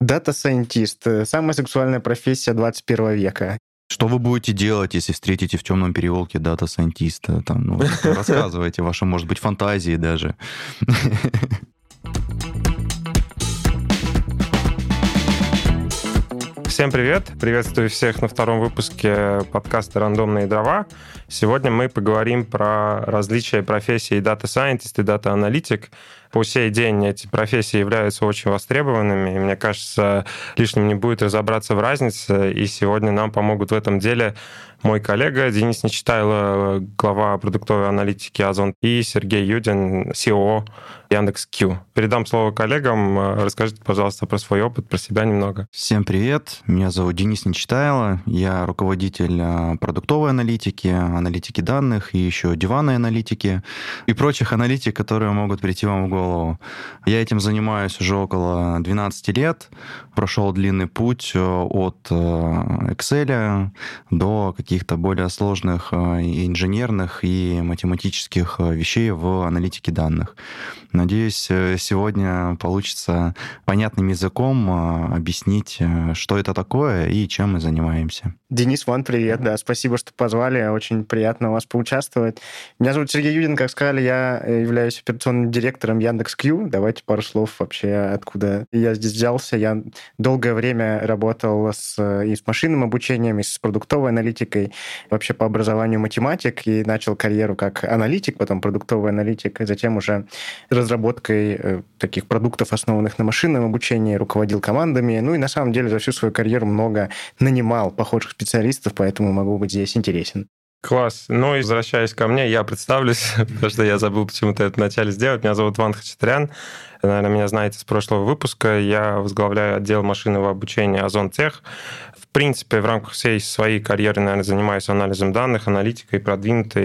Дата-сайентист. Самая сексуальная профессия 21 века. Что вы будете делать, если встретите в темном переулке дата-сайентиста? Рассказывайте, ваши, может быть, фантазии даже. Всем привет! Приветствую всех на втором выпуске подкаста «Рандомные дрова». Сегодня мы поговорим про различия профессий Data Scientist и Data Analytic. По сей день эти профессии являются очень востребованными, и мне кажется, лишним не будет разобраться в разнице, и сегодня нам помогут в этом деле мой коллега Денис Нечитайло, глава продуктовой аналитики Озон, и Сергей Юдин, COO Яндекс.Кью. Передам слово коллегам. Расскажите, пожалуйста, про свой опыт, про себя немного. Всем привет. Меня зовут Денис Нечитайло. Я руководитель продуктовой аналитики данных и еще диванной аналитики и прочих аналитик, которые могут прийти вам в голову. Я этим занимаюсь уже около 12 лет. Прошел длинный путь от Excel до каких-то более сложных инженерных и математических вещей в аналитике данных. Надеюсь, сегодня получится понятным языком объяснить, что это такое и чем мы занимаемся. Денис, Ван, привет. Да, спасибо, что позвали. Очень приятно у вас поучаствовать. Меня зовут Сергей Юдин. Как сказали, я являюсь операционным директором Яндекс.Кью. Давайте пару слов вообще, откуда я здесь взялся. Я долгое время работал и с машинным обучением, и с продуктовой аналитикой. Вообще по образованию математик. И начал карьеру как аналитик, потом продуктовый аналитик, и затем уже разработкой таких продуктов, основанных на машинном обучении, руководил командами. Ну и на самом деле за всю свою карьеру много нанимал похожих специалистов, поэтому могу быть здесь интересен. Класс. Ну и возвращаясь ко мне, я представлюсь, потому что я забыл почему-то это вначале сделать. Меня зовут Ван Хачатурян. Наверное, меня знаете с прошлого выпуска. Я возглавляю отдел машинного обучения Озон Тех. В принципе, в рамках всей своей карьеры, наверное, занимаюсь анализом данных, аналитикой, продвинутой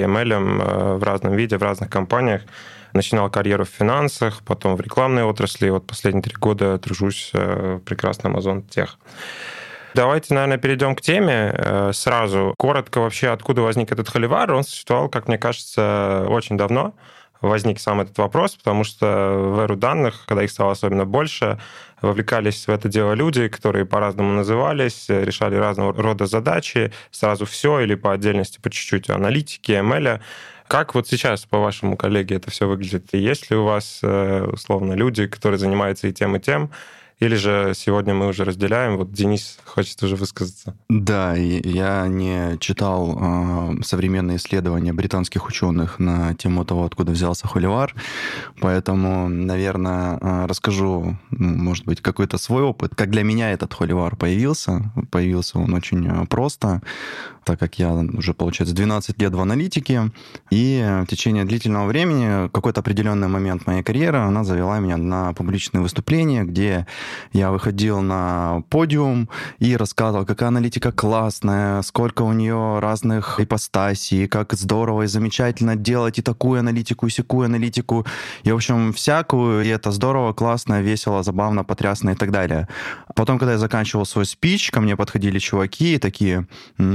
ML в разном виде, в разных компаниях. Начинал карьеру в финансах, потом в рекламной отрасли. Вот последние 3 года тружусь в прекрасном Озон Тех. Давайте, наверное, перейдем к теме сразу. Коротко вообще, откуда возник этот холивар. Он существовал, как мне кажется, очень давно. Возник сам этот вопрос, потому что в эру данных, когда их стало особенно больше, вовлекались в это дело люди, которые по-разному назывались, решали разного рода задачи, сразу все или по отдельности, по чуть-чуть аналитики, ML. Как вот сейчас, по вашему коллеге, это все выглядит? И есть ли у вас, условно, люди, которые занимаются и тем, или же сегодня мы уже разделяем? Вот Денис хочет уже высказаться. Да, я не читал современные исследования британских ученых на тему того, откуда взялся холивар, поэтому, наверное, расскажу, может быть, какой-то свой опыт. Как для меня этот холивар появился. Появился он очень просто, так как я уже, получается, 12 лет в аналитике, и в течение длительного времени, какой-то определенный момент моей карьеры, она завела меня на публичные выступления, где я выходил на подиум и рассказывал, какая аналитика классная, сколько у нее разных ипостасей, как здорово и замечательно делать и такую аналитику, и сякую аналитику, и, в общем, всякую, и это здорово, классно, весело, забавно, потрясно и так далее. Потом, когда я заканчивал свой спич, ко мне подходили чуваки и такие...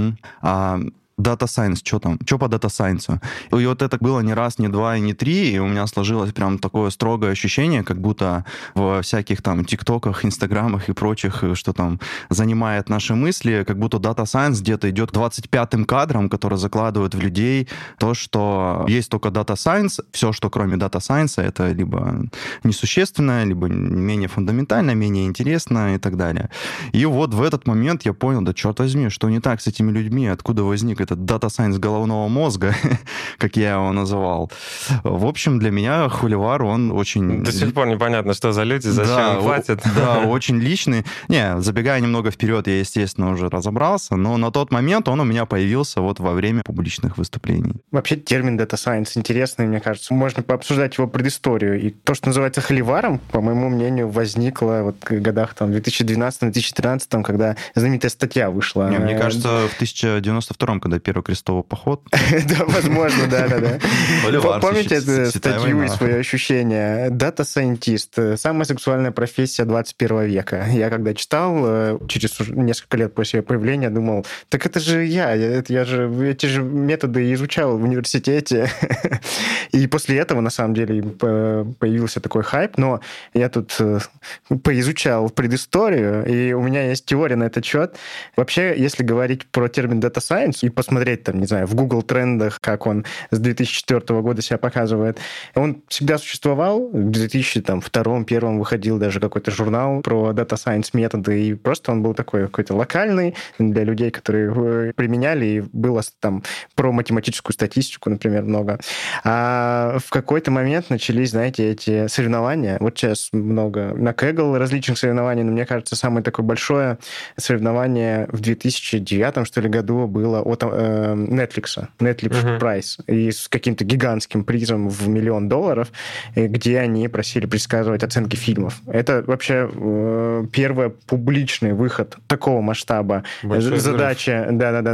Data Science, что там? Что по Data Science? И вот это было не раз, не два и не 3, и у меня сложилось прям такое строгое ощущение, как будто во всяких там ТикТоках, Инстаграмах и прочих, что там занимает наши мысли, как будто Data Science где-то идет 25-м кадром, который закладывает в людей то, что есть только Data Science, все, что кроме Data Science, это либо несущественное, либо менее фундаментально, менее интересно и так далее. И вот в этот момент я понял, да черт возьми, что не так с этими людьми, откуда возник этот Data Science головного мозга, как я его называл. В общем, для меня холивар, он очень... До сих пор непонятно, что за люди, зачем им платят. Да, очень личный. Не, забегая немного вперед, я, естественно, уже разобрался, но на тот момент он у меня появился вот во время публичных выступлений. Вообще термин Data Science интересный, мне кажется. Можно пообсуждать его предысторию. И то, что называется холиваром, по моему мнению, возникло вот в годах там 2012-2013, когда знаменитая статья вышла. Не, мне кажется, в 1092-м, когда когда первый крестовый поход. Да, возможно, да. Помните эту статью и свои ощущения? Data Scientist — самая сексуальная профессия 21 века. Я когда читал, через несколько лет после появления, думал, так это же я же эти же методы изучал в университете. И после этого, на самом деле, появился такой хайп, но я тут поизучал предысторию, и у меня есть теория на этот счет. Вообще, если говорить про термин Data Science и посмотреть, там, не знаю, в Google трендах, как он с 2004 года себя показывает, он всегда существовал. В 2002-2001 выходил даже какой-то журнал про Data Science методы, и просто он был такой какой-то локальный для людей, которые применяли, и было там про математическую статистику, например, много. А в какой-то момент начались, знаете, эти соревнования. Вот сейчас много на Kaggle различных соревнований, но мне кажется, самое такое большое соревнование в 2009, что ли, году было от Netflix Prize, и с каким-то гигантским призом в $1 миллион, где они просили предсказывать оценки фильмов. Это вообще первый публичный выход такого масштаба задачи,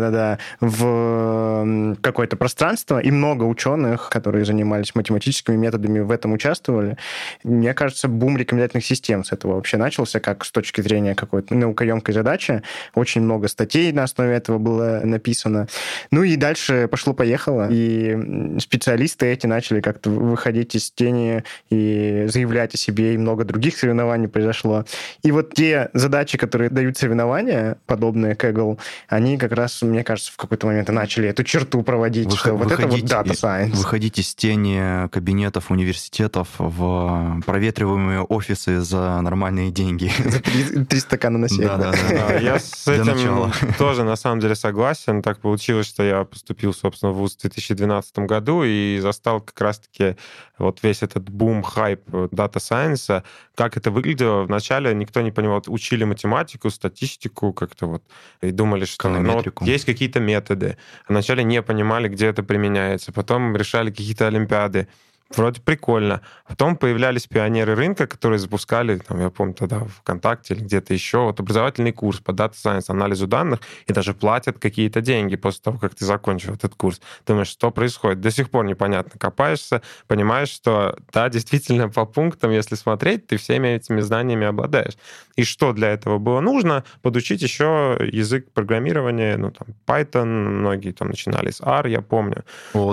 в какое-то пространство, и много ученых, которые занимались математическими методами, в этом участвовали. Мне кажется, бум рекомендательных систем с этого вообще начался, как с точки зрения какой-то наукоемкой задачи. Очень много статей на основе этого было написано. Ну и дальше пошло-поехало, и специалисты эти начали как-то выходить из тени и заявлять о себе, и много других соревнований произошло. И вот те задачи, которые дают соревнования, подобные Kaggle, они как раз, мне кажется, в какой-то момент начали эту черту проводить, что вот это вот Data Science. Выходить из тени кабинетов университетов в проветриваемые офисы за нормальные деньги. За 3 стакана на сеть. Да. Я с этим тоже, на самом деле, согласен. Так получилось, что я поступил, собственно, в ВУЗ в 2012 году и застал как раз-таки вот весь этот бум, хайп Data Science. Как это выглядело? Вначале никто не понимал. Учили математику, статистику как-то вот, и думали, что есть какие-то методы. Вначале не понимали, где это применяется. Потом решали какие-то олимпиады. Вроде прикольно. Потом появлялись пионеры рынка, которые запускали, там, я помню, тогда ВКонтакте или где-то еще, вот образовательный курс по Data Science, анализу данных, и даже платят какие-то деньги после того, как ты закончил этот курс. Думаешь, что происходит? До сих пор непонятно. Копаешься, понимаешь, что, да, действительно, по пунктам, если смотреть, ты всеми этими знаниями обладаешь. И что для этого было нужно? Подучить еще язык программирования, ну, там, Python, многие там начинали с R, я помню.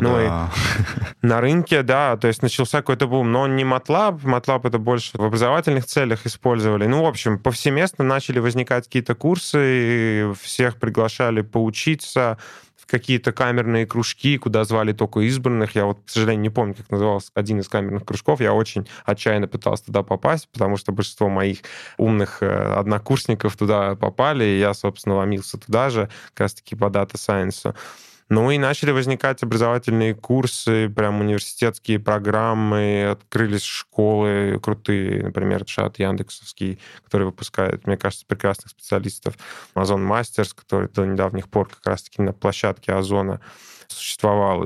На рынке, да, то есть начался какой-то бум, но не MATLAB. MATLAB это больше в образовательных целях использовали. Ну, в общем, повсеместно начали возникать какие-то курсы, всех приглашали поучиться в какие-то камерные кружки, куда звали только избранных. Я вот, к сожалению, не помню, как назывался один из камерных кружков. Я очень отчаянно пытался туда попасть, потому что большинство моих умных однокурсников туда попали, и я, собственно, ломился туда же, как раз-таки по Data Science. Ну и начали возникать образовательные курсы, прям университетские программы, открылись школы крутые, например, ШАТ Яндексовский, который выпускает, мне кажется, прекрасных специалистов. Озон Мастерс, который до недавних пор как раз-таки на площадке Озона существовал.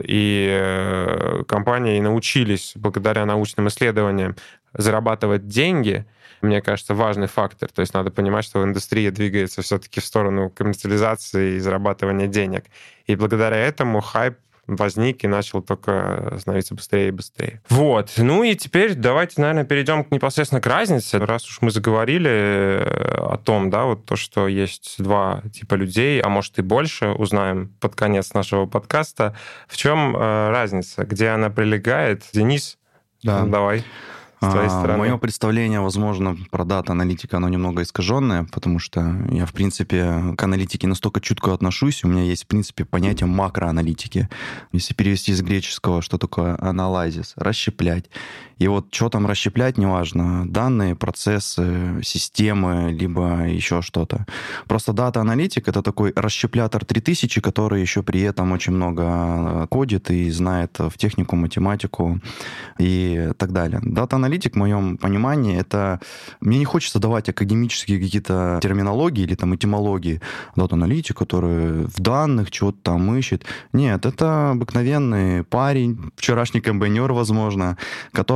И компании научились, благодаря научным исследованиям, зарабатывать деньги. Мне кажется, важный фактор. То есть надо понимать, что индустрия двигается все-таки в сторону коммерциализации и зарабатывания денег. И благодаря этому хайп возник и начал только становиться быстрее и быстрее. Вот. Ну и теперь давайте, наверное, перейдем непосредственно к разнице. Раз уж мы заговорили о том, да, вот то, что есть два типа людей, а может и больше, узнаем под конец нашего подкаста. В чем разница? Где она прилегает? Денис, да. Давай. Мое представление, возможно, про дата-аналитика, оно немного искаженное, потому что я, в принципе, к аналитике настолько чутко отношусь, у меня есть, в принципе, понятие макроаналитики. Если перевести с греческого, что такое анализис, расщеплять. И вот что там расщеплять, неважно, данные, процессы, системы, либо еще что-то. Просто дата-аналитик — это такой расщеплятор 3000, который еще при этом очень много кодит и знает в технику, математику и так далее. Дата-аналитик, в моем понимании, это... Мне не хочется давать академические какие-то терминологии или там этимологии. Дата-аналитик, который в данных чего-то там ищет. Нет, это обыкновенный парень, вчерашний комбайнер, возможно, который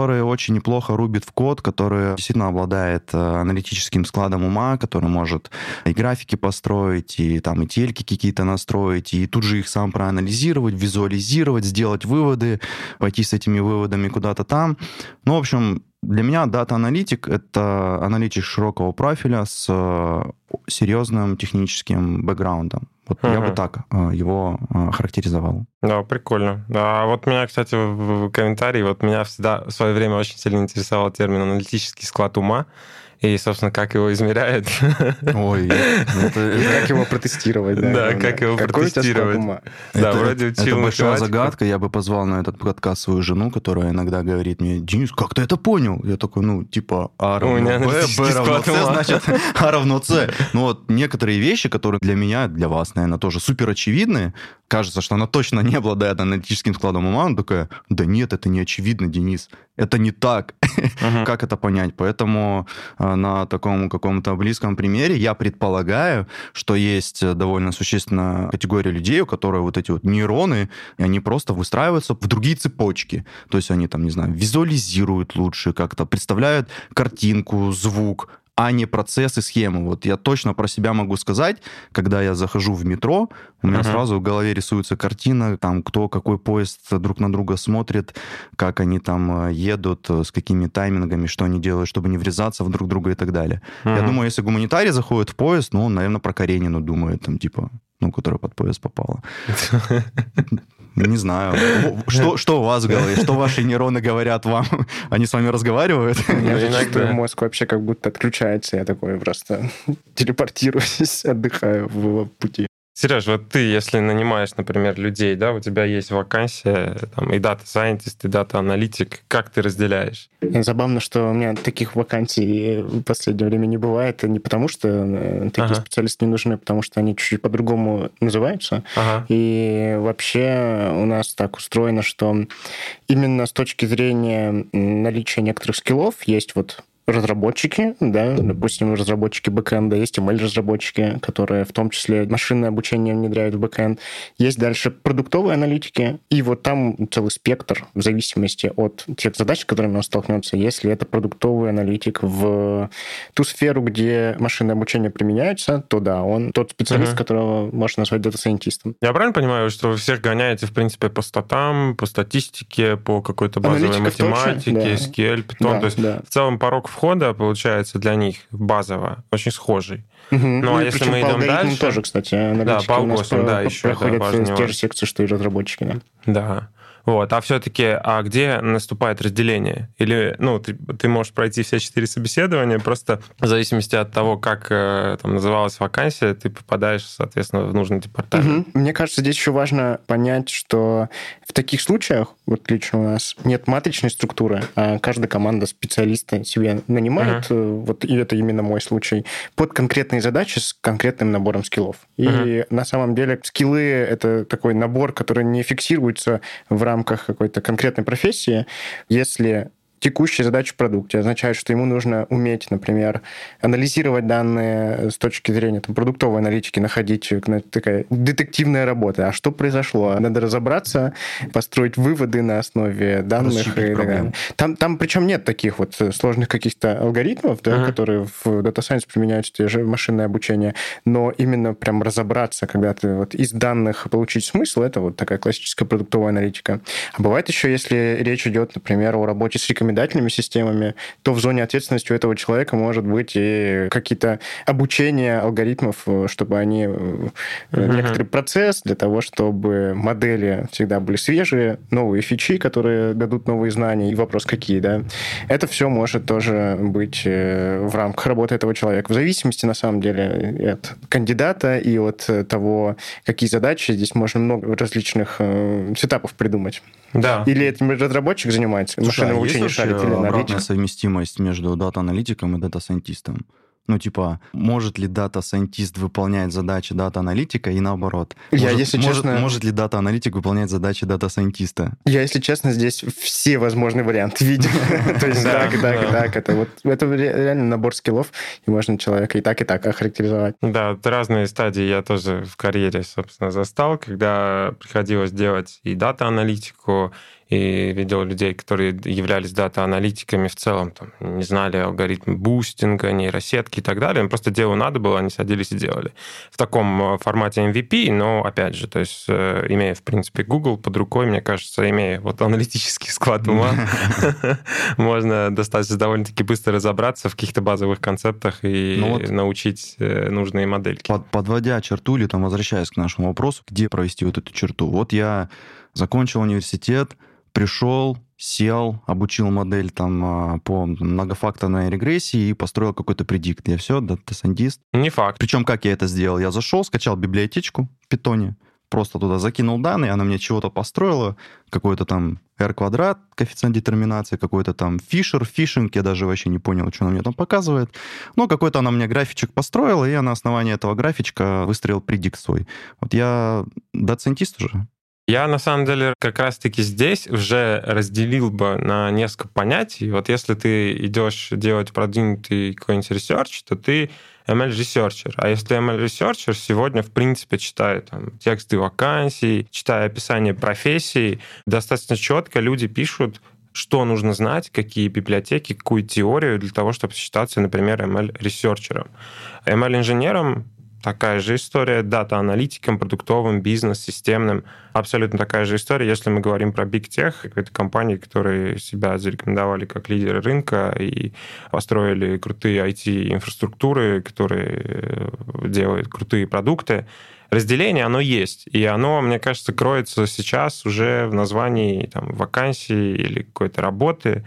который очень неплохо рубит в код, который действительно обладает аналитическим складом ума, который может и графики построить, и там и тельки какие-то настроить, и тут же их сам проанализировать, визуализировать, сделать выводы, пойти с этими выводами куда-то там. Ну, в общем, для меня дата-аналитик — это аналитик широкого профиля с серьезным техническим бэкграундом. Вот я бы так его характеризовал. Да, прикольно. А вот меня, кстати, в комментарии, вот меня всегда в свое время очень сильно интересовал термин «аналитический склад ума». И, собственно, как его измеряют. Ой, как его протестировать. Да, как его протестировать. Да, вроде учил. Это большая загадка. Я бы позвал на этот подкаст свою жену, которая иногда говорит мне: Денис, как ты это понял? Я такой, А равно Б, Б равно С, значит, А равно С. Ну вот некоторые вещи, которые для меня, для вас, наверное, тоже супер очевидны, кажется, что она точно не обладает аналитическим складом ума, она такая: да нет, это не очевидно, Денис, это не так. Как это понять? Поэтому на таком каком-то близком примере я предполагаю, что есть довольно существенная категория людей, у которых вот эти вот нейроны, и они просто выстраиваются в другие цепочки. То есть они там, не знаю, визуализируют лучше, как-то представляют картинку, звук, а не процесс и схему. Вот я точно про себя могу сказать, когда я захожу в метро, у меня сразу в голове рисуется картина, там, кто какой поезд друг на друга смотрит, как они там едут, с какими таймингами, что они делают, чтобы не врезаться в друг друга и так далее. Я думаю, если гуманитарий заходит в поезд, он, наверное, про Каренину думает, там, типа, которая под поезд попала. Не знаю. Что у вас в голове? Что ваши нейроны говорят вам? Они с вами разговаривают? Иногда мозг вообще как будто отключается. Я такой просто телепортируюсь, отдыхаю в пути. Сереж, вот ты, если нанимаешь, например, людей, да, у тебя есть вакансия, там, и дата-сайентист, и дата-аналитик, как ты разделяешь? Забавно, что у меня таких вакансий в последнее время не бывает, не потому что такие специалисты не нужны, а потому что они чуть-чуть по-другому называются. И вообще у нас так устроено, что именно с точки зрения наличия некоторых скиллов есть вот разработчики, да, допустим, разработчики бэкэнда, есть ML-разработчики, которые в том числе машинное обучение внедряют в бэкэнд. Есть дальше продуктовые аналитики, и вот там целый спектр в зависимости от тех задач, с которыми он столкнется. Если это продуктовый аналитик в ту сферу, где машинное обучение применяется, то да, он тот специалист, которого можно назвать дата-сайентистом. Я правильно понимаю, что вы всех гоняете, в принципе, по статам, по статистике, по какой-то базовой математике, SQL, Python? Да, то есть в целом порог входа, получается, для них базово очень схожий. Ну, а если мы идем дальше... тоже, кстати, аналитики по алгоритмам, да, еще проходят те же секции, что и разработчики. Да. Вот. А все-таки, где наступает разделение? Или, ты можешь пройти все 4 собеседования, просто в зависимости от того, как там называлась вакансия, ты попадаешь, соответственно, в нужный департамент. Мне кажется, здесь еще важно понять, что в таких случаях, вот лично у нас, нет матричной структуры, а каждая команда специалиста себе нанимает, вот и это именно мой случай, под конкретные задачи с конкретным набором скиллов. И на самом деле скиллы — это такой набор, который не фиксируется в рамках какой-то конкретной профессии. Если текущие задачи в продукте означает, что ему нужно уметь, например, анализировать данные с точки зрения продуктовой аналитики, находить такая детективная работа. А что произошло? Надо разобраться, построить выводы на основе данных. И так далее. Там причем нет таких вот сложных каких-то алгоритмов, да, которые в Data Science применяются, те же машинное обучение, но именно прям разобраться, когда ты вот из данных получить смысл, это вот такая классическая продуктовая аналитика. А бывает еще, если речь идет, например, о работе с рекомендательными системами, то в зоне ответственности у этого человека может быть и какие-то обучения алгоритмов, чтобы они некоторый процесс для того, чтобы модели всегда были свежие, новые фичи, которые дадут новые знания, и вопрос какие, да. Это все может тоже быть в рамках работы этого человека. В зависимости, на самом деле, от кандидата и от того, какие задачи, здесь можно много различных сетапов придумать. Да. Или этим разработчик занимается, машинное обучение шарит, или аналитик. Обратная совместимость между дата-аналитиком и дата-сайентистом? Может ли дата-сайентист выполнять задачи дата-аналитика и наоборот? Может ли дата-аналитик выполнять задачи дата-сайентиста? Я, если честно, здесь все возможные варианты видел. То есть так. Это реально набор скиллов, и можно человека и так охарактеризовать. Да, разные стадии я тоже в карьере, собственно, застал, когда приходилось делать и дата-аналитику, и видел людей, которые являлись дата-аналитиками в целом, там, не знали алгоритмы бустинга, нейросетки и так далее. Им просто делу надо было, они садились и делали. В таком формате MVP, но, опять же, то есть, имея, в принципе, Google под рукой, мне кажется, имея вот аналитический склад ума, можно достаточно довольно-таки быстро разобраться в каких-то базовых концептах и научить нужные модельки. Подводя черту или там возвращаясь к нашему вопросу, где провести вот эту черту? Вот я закончил университет, пришел, сел, обучил модель там по многофакторной регрессии и построил какой-то предикт. Я все, дата-сайентист. Не факт. Причем как я это сделал? Я зашел, скачал библиотечку в Python, просто туда закинул данные, она мне чего-то построила, какой-то там R-квадрат, коэффициент детерминации, какой-то там фишинг, я даже вообще не понял, что она мне там показывает. Но какой-то она мне графичек построила, и я на основании этого графичка выстроил предикт свой. Вот я дата-сайентист уже. Я, на самом деле, как раз-таки здесь уже разделил бы на несколько понятий. Вот если ты идешь делать продвинутый какой-нибудь ресерч, то ты ML-ресерчер. А если ML-ресерчер сегодня, в принципе, читая там, тексты вакансий, читая описание профессий, достаточно четко люди пишут, что нужно знать, какие библиотеки, какую теорию для того, чтобы считаться, например, ML-ресерчером. ML-инженером такая же история, дата-аналитиком, продуктовым, бизнес-системным. Абсолютно такая же история, если мы говорим про Big Tech, какие-то компании, которые себя зарекомендовали как лидеры рынка и построили крутые IT-инфраструктуры, которые делают крутые продукты. Разделение, оно есть. И оно, мне кажется, кроется сейчас уже в названии там, вакансии или какой-то работы.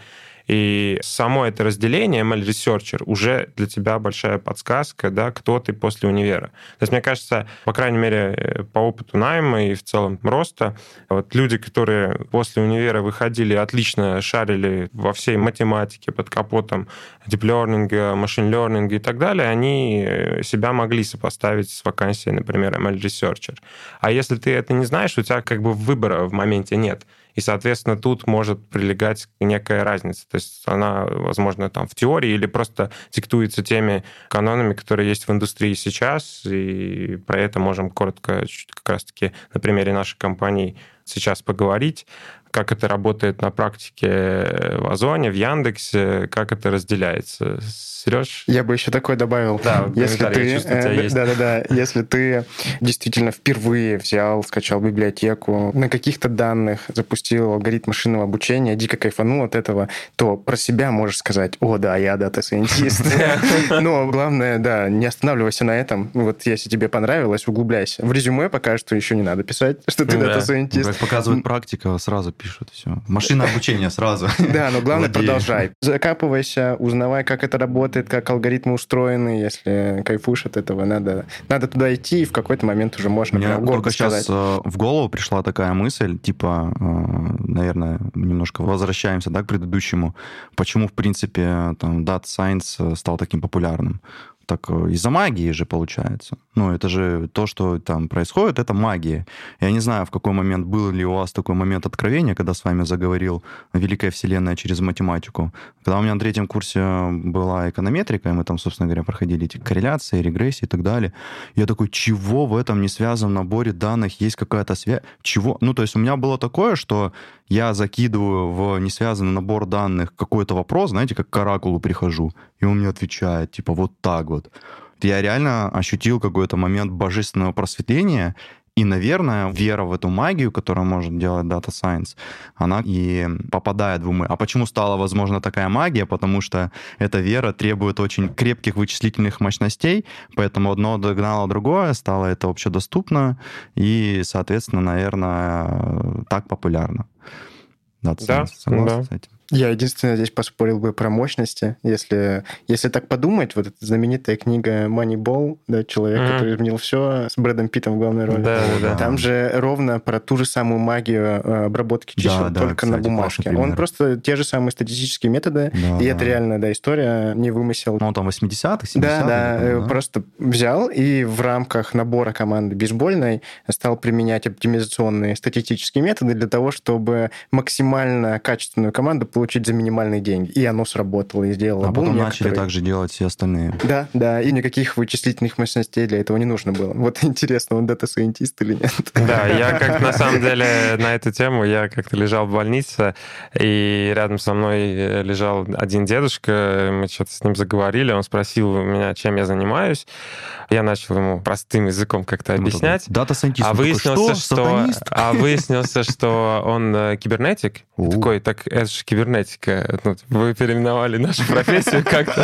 И само это разделение, ML-ресерчер, уже для тебя большая подсказка, да, кто ты после универа. То есть, мне кажется, по крайней мере, по опыту найма и в целом роста, вот люди, которые после универа выходили, отлично шарили во всей математике под капотом дип-лернинга, машин-лернинга и так далее, они себя могли сопоставить с вакансией, например, ML-ресерчер. А если ты это не знаешь, у тебя как бы выбора в моменте нет. И, соответственно, тут может прилегать некая разница. То есть она, возможно, там в теории или просто диктуется теми канонами, которые есть в индустрии сейчас. И про это можем коротко как раз-таки на примере нашей компании сейчас поговорить, как это работает на практике в Озоне, в Яндексе, как это разделяется. Сереж? Я бы еще такое добавил. Да, если ты, чувствую, у тебя есть. Если ты действительно впервые взял, скачал библиотеку, на каких-то данных запустил алгоритм машинного обучения, дико кайфанул от этого, то про себя можешь сказать: о, да, я дата-сайентист. Но главное, да, не останавливайся на этом. Вот если тебе понравилось, углубляйся. В резюме пока что еще не надо писать, что ты дата-сайентист. Как показывает практика, сразу пишут все. Машина обучения сразу. Да, но главное, продолжай. Закапывайся, узнавай, как это работает, как алгоритмы устроены. Если кайфуешь от этого, надо туда идти, и в какой-то момент уже можно прям гордо сказать. Сейчас в голову пришла такая мысль, типа, наверное, немножко возвращаемся, да, к предыдущему. Почему, в принципе, там, Data Science стал таким популярным? Так из-за магии же получается. Ну, это же то, что там происходит, это магия. Я не знаю, в какой момент был ли у вас такой момент откровения, когда с вами заговорил Великая Вселенная через математику. Когда у меня на 3-м курсе была эконометрика, и мы там, собственно говоря, проходили эти корреляции, регрессии и так далее, я такой, чего в этом несвязанном наборе данных есть какая-то связь? Чего? Ну, то есть у меня было такое, что я закидываю в несвязанный набор данных какой-то вопрос, знаете, как к оракулу прихожу, и он мне отвечает, типа, вот так вот. Я реально ощутил какой-то момент божественного просветления, и, наверное, вера в эту магию, которую может делать Data Science, она и попадает в умы. А почему стала возможна такая магия? Потому что эта вера требует очень крепких вычислительных мощностей, поэтому одно догнало другое, стало это общедоступно, и, соответственно, наверное, так популярно. Data Science, согласен с этим? Я единственное здесь поспорил бы про мощности. Если так подумать, вот эта знаменитая книга Moneyball, да, человек, который изменил все, с Брэдом Питтом в главной роли. Да. Там же ровно про ту же самую магию обработки чисел, только кстати, на бумажке. Он просто те же самые статистические методы, и это реально, история, не вымысел. Ну, там 80-х, 70-х? Да, просто взял и в рамках набора команды бейсбольной стал применять оптимизационные статистические методы для того, чтобы максимально качественную команду получить получить за минимальные деньги. И оно сработало, и сделало А бум потом некоторые. начали также делать все остальные. Да, и никаких вычислительных мощностей для этого не нужно было. Вот интересно, он дата-сайентист или нет? Да, я как на самом деле на эту тему, я как-то лежал в больнице, и рядом со мной лежал один дедушка, мы что-то с ним заговорили, он спросил меня, чем я занимаюсь. Я начал ему простым языком как-то объяснять. Дата-сайентист. А выяснилось, что он кибернетик. И такой, так это же кибернетика. Ну, вы переименовали нашу профессию как-то.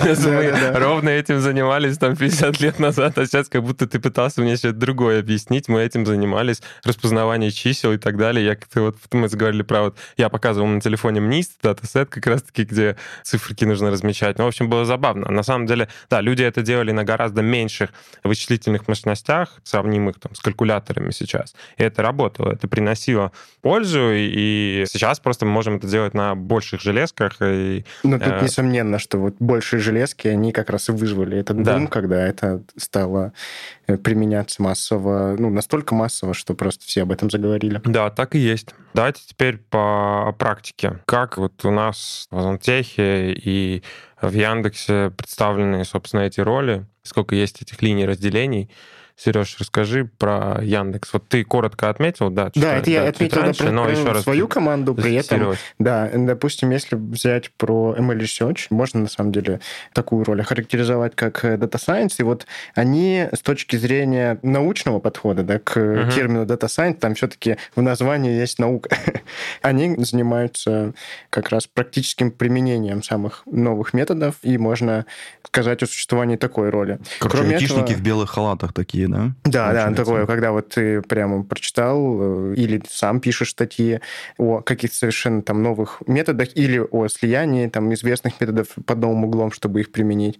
Мы ровно этим занимались там 50 лет назад, а сейчас как будто ты пытался мне что-то другое объяснить. Мы этим занимались, распознавание чисел и так далее. Я как-то вот, мы заговорили про вот, я показывал на телефоне МНИСТ, датасет как раз-таки, где циферки нужно размечать. Ну, в общем, было забавно. На самом деле, да, люди это делали на гораздо меньших вычислительных мощностях, сравнимых там с калькуляторами сейчас. И это работало, это приносило пользу, и сейчас просто мы можем это делать на больших железках. Но тут несомненно, что вот большие железки, они как раз и вызвали этот бум, когда это стало применяться массово, ну, настолько массово, что просто все об этом заговорили. Да, так и есть. Давайте теперь по практике. Как вот у нас в Озонтехе и в Яндексе представлены, собственно, эти роли, сколько есть этих линий разделений. Сереж, расскажи про Яндекс. Вот ты коротко отметил, да? Да, это я отметил раньше, но еще раз свою команду, при этом, да, допустим, если взять про ML Research, можно, на самом деле, такую роль охарактеризовать как Data Science, и вот они с точки зрения научного подхода, да, к термину Data Science, там все-таки в названии есть наука, они занимаются как раз практическим применением самых новых методов, и можно сказать о существовании такой роли. Короче, айтишники в белых халатах такие, да? Да, такое, когда вот ты прямо прочитал или сам пишешь статьи о каких-то совершенно там новых методах или о слиянии там известных методов под новым углом, чтобы их применить.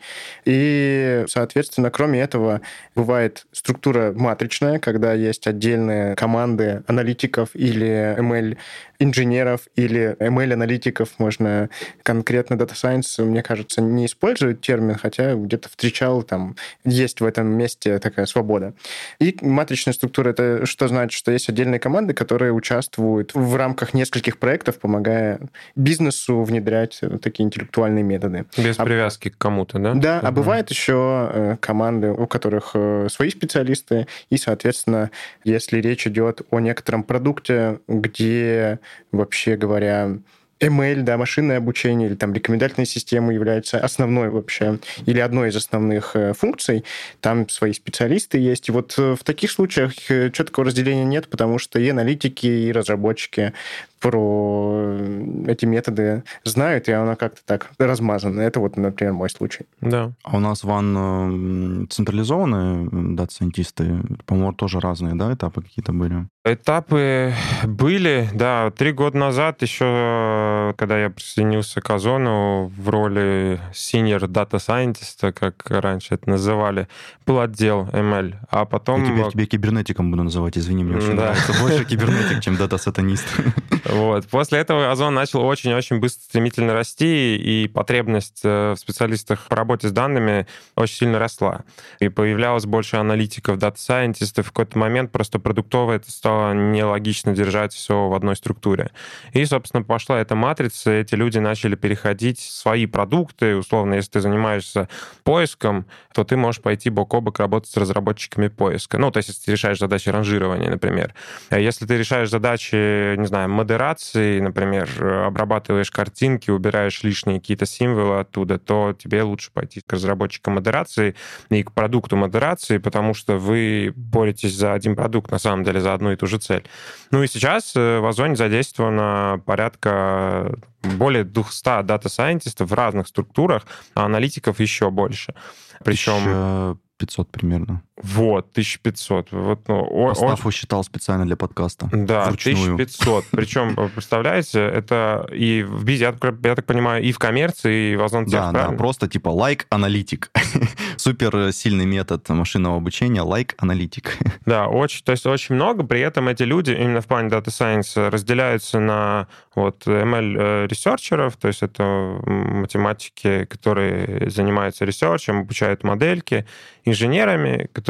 И, соответственно, кроме этого, бывает структура матричная, когда есть отдельные команды аналитиков или ML-инженеров или ML-аналитиков. Можно конкретно Data Science, мне кажется, не использовать термин, хотя где-то встречал, там есть в этом месте такая свобода. И матричная структура — это что значит? Что есть отдельные команды, которые участвуют в рамках нескольких проектов, помогая бизнесу внедрять такие интеллектуальные методы. Без привязки к кому-то, да? Да, а бывает еще команды, у которых свои специалисты, и, соответственно, если речь идет о некотором продукте, где, вообще говоря, ML, да, машинное обучение или там рекомендательные системы являются основной вообще или одной из основных функций. Там свои специалисты есть. И вот в таких случаях четкого разделения нет, потому что и аналитики, и разработчики про эти методы знают, и оно как-то так размазано. Это вот, например, мой случай. Да. А у нас, Ван, централизованные дата-сайентисты, по-моему, тоже разные, да, этапы какие-то были? Этапы были, да. 3 года назад еще, когда я присоединился к Озону в роли senior data scientist, как раньше это называли, был отдел ML, а потом... Я теперь тебя кибернетиком буду называть, извини, мне очень нравится. Больше кибернетик, чем дата-сатанист. Вот. После этого Озон начал очень-очень быстро, стремительно расти, и потребность в специалистах по работе с данными очень сильно росла. И появлялось больше аналитиков, дата-сайентистов. В какой-то момент просто продуктово это стало нелогично держать все в одной структуре. И, собственно, пошла эта матрица, эти люди начали переходить в свои продукты. Условно, если ты занимаешься поиском, то ты можешь пойти бок о бок работать с разработчиками поиска. Ну, то есть, если ты решаешь задачи ранжирования, например. Если ты решаешь задачи, не знаю, модерации, например, обрабатываешь картинки, убираешь лишние какие-то символы оттуда, то тебе лучше пойти к разработчикам модерации и к продукту модерации, потому что вы боретесь за один продукт, на самом деле, за одну и ту же цель. Ну и сейчас в Озоне задействовано порядка более 200 дата-сайентистов в разных структурах, а аналитиков еще больше. Причем... 1500 примерно. Вот, 1500. Вот, ну, Стаффу считал специально для подкаста. Да, вручную. 1500. Причем, представляете, это и в бизе, я так понимаю, и в коммерции, и в Озонтех, да, просто типа лайк-аналитик. Супер сильный метод машинного обучения, лайк-аналитик. Да, то есть очень много. При этом эти люди именно в плане Data Science разделяются на вот ML-ресерчеров, то есть это математики, которые занимаются ресерчем, обучают модельки, инженерами,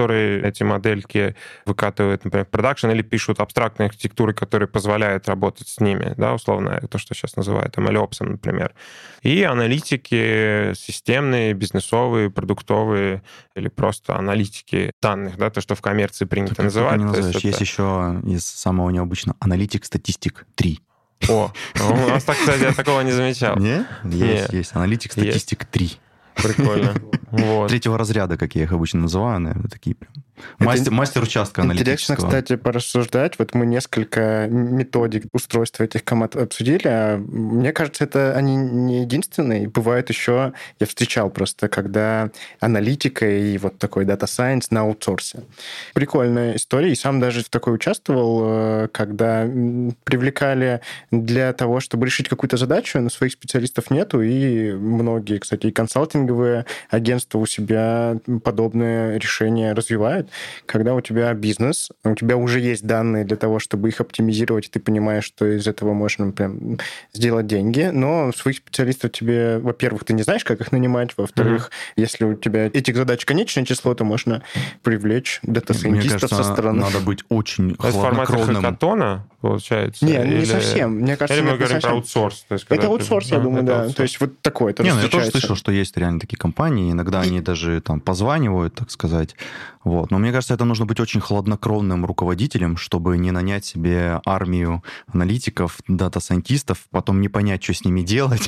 которые эти модельки выкатывают, например, в продакшн, или пишут абстрактные архитектуры, которые позволяют работать с ними, да, условно, то, что сейчас называют MLOps, например. И аналитики системные, бизнесовые, продуктовые, или просто аналитики данных, да, то, что в коммерции принято называть. Не называешь. Есть еще из самого необычного аналитик-статистик 3. О, у нас, кстати, я такого не замечал. Нет? Есть. Аналитик-статистик 3. Прикольно. Вот. Третьего разряда, как я их обычно называю, наверное, такие прям. Мастер участка аналитического. Интересно, кстати, порассуждать. Вот мы несколько методик устройства этих команд обсудили, а мне кажется, это они не единственные. Бывает еще, я встречал просто, когда аналитика и вот такой Data Science на аутсорсе. Прикольная история. И сам даже в такой участвовал, когда привлекали для того, чтобы решить какую-то задачу, но своих специалистов нету, и многие, кстати, и консалтинговые агентства у себя подобные решения развивают. Когда у тебя бизнес, у тебя уже есть данные для того, чтобы их оптимизировать, и ты понимаешь, что из этого можно прям сделать деньги, но своих специалистов тебе, во-первых, ты не знаешь, как их нанимать, во-вторых, если у тебя этих задач конечное число, то можно привлечь дата-сайентистов со стороны. Надо быть очень хладнокровным. Это в формате хакатона, получается? Не совсем. Мне кажется, или мы говорим про аутсорс? То есть, это аутсорс, я думаю, да. Аутсорс. То есть вот такое. Я тоже слышал, что есть реально такие компании, иногда они даже там позванивают, так сказать. Вот. Но мне кажется, это нужно быть очень хладнокровным руководителем, чтобы не нанять себе армию аналитиков, дата-сайентистов, потом не понять, что с ними делать,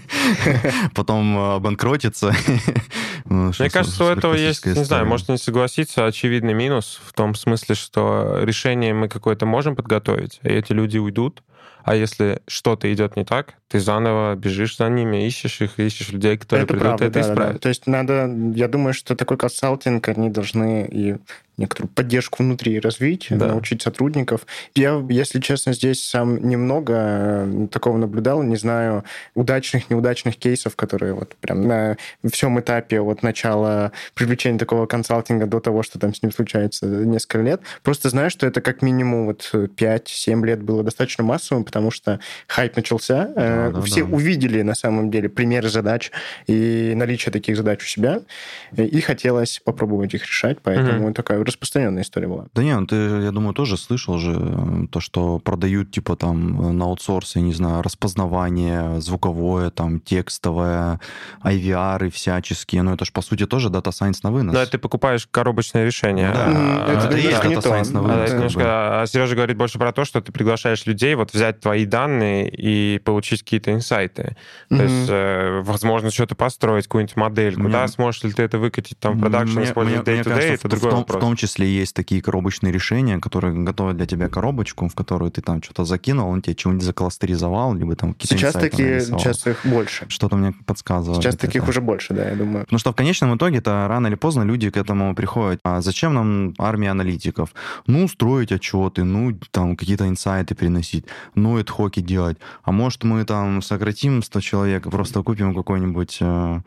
потом обанкротиться. Мне кажется, у этого есть, не знаю, может не согласиться, очевидный минус в том смысле, что решение мы какое-то можем подготовить, и эти люди уйдут. А если что-то идет не так, ты заново бежишь за ними, ищешь их, ищешь людей, которые придут это исправить. Да. То есть надо, я думаю, что такой консалтинг, они должны и некоторую поддержку внутри развить, научить сотрудников. Я, если честно, здесь сам немного такого наблюдал, не знаю, удачных, неудачных кейсов, которые вот прям на всем этапе от начала привлечения такого консалтинга до того, что там с ним случается несколько лет. Просто знаю, что это как минимум вот 5-7 лет было достаточно массовым, потому что хайп начался, все увидели на самом деле примеры задач и наличие таких задач у себя, и хотелось попробовать их решать, поэтому такая распространенная история была. Да нет, ты, я думаю, тоже слышал же то, что продают типа там на аутсорсе, не знаю, распознавание звуковое, там текстовое, IVR и всяческие, но это же по сути тоже Data Science на вынос. Да, ты покупаешь коробочное решение. Это и есть Data Science на вынос. А Сережа говорит больше про то, что ты приглашаешь людей вот взять твои данные и получить какие-то инсайты. То есть, возможно, что-то построить, какую-нибудь модельку. Да, сможешь ли ты это выкатить там в продакшн, использовать day-to-day, это другой вопрос. В том числе есть такие коробочные решения, которые готовят для тебя коробочку, в которую ты там что-то закинул, он тебе чего-нибудь закластеризовал, либо там какие-то сейчас их больше. Что-то мне подсказывает. Сейчас таких уже больше, да, я думаю. Потому что в конечном итоге-то рано или поздно люди к этому приходят. А зачем нам армия аналитиков? Ну, строить отчеты, ну, там, какие-то инсайты переносить, ну, эдхоки делать. А может, мы там сократим 100 человек, просто купим какой-нибудь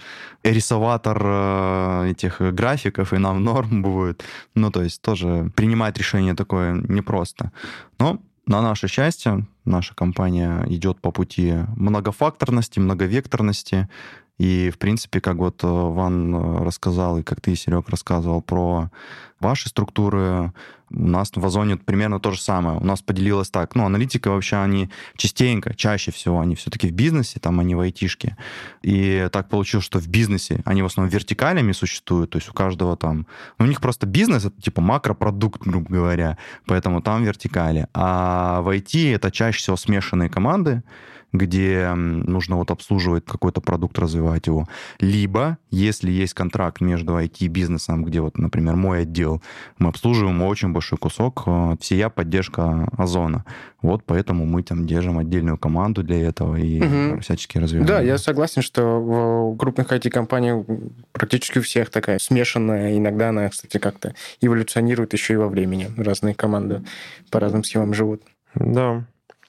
рисоватор этих графиков, и нам норм будет. Ну, то есть тоже принимать решение такое непросто. Но на наше счастье, наша компания идет по пути многофакторности, многовекторности. И, в принципе, как вот Ван рассказал, и как ты, Серег, рассказывал про ваши структуры, у нас в Озоне примерно то же самое. У нас поделилось так. Ну, аналитика вообще, они частенько, чаще всего, они все-таки в бизнесе, там они в айтишке. И так получилось, что в бизнесе они в основном вертикалями существуют, то есть у каждого там... У них просто бизнес, это типа макропродукт, грубо говоря, поэтому там вертикали. А в IT это чаще всего смешанные команды, где нужно вот обслуживать какой-то продукт, развивать его. Либо, если есть контракт между IT и бизнесом, где вот, например, мой отдел, мы обслуживаем очень большой кусок, всея поддержка Озона. Вот поэтому мы там держим отдельную команду для этого и всячески развиваем. Да, я согласен, что в крупных IT-компаниях практически у всех такая смешанная. Иногда она, кстати, как-то эволюционирует еще и во времени. Разные команды по разным схемам живут. Да.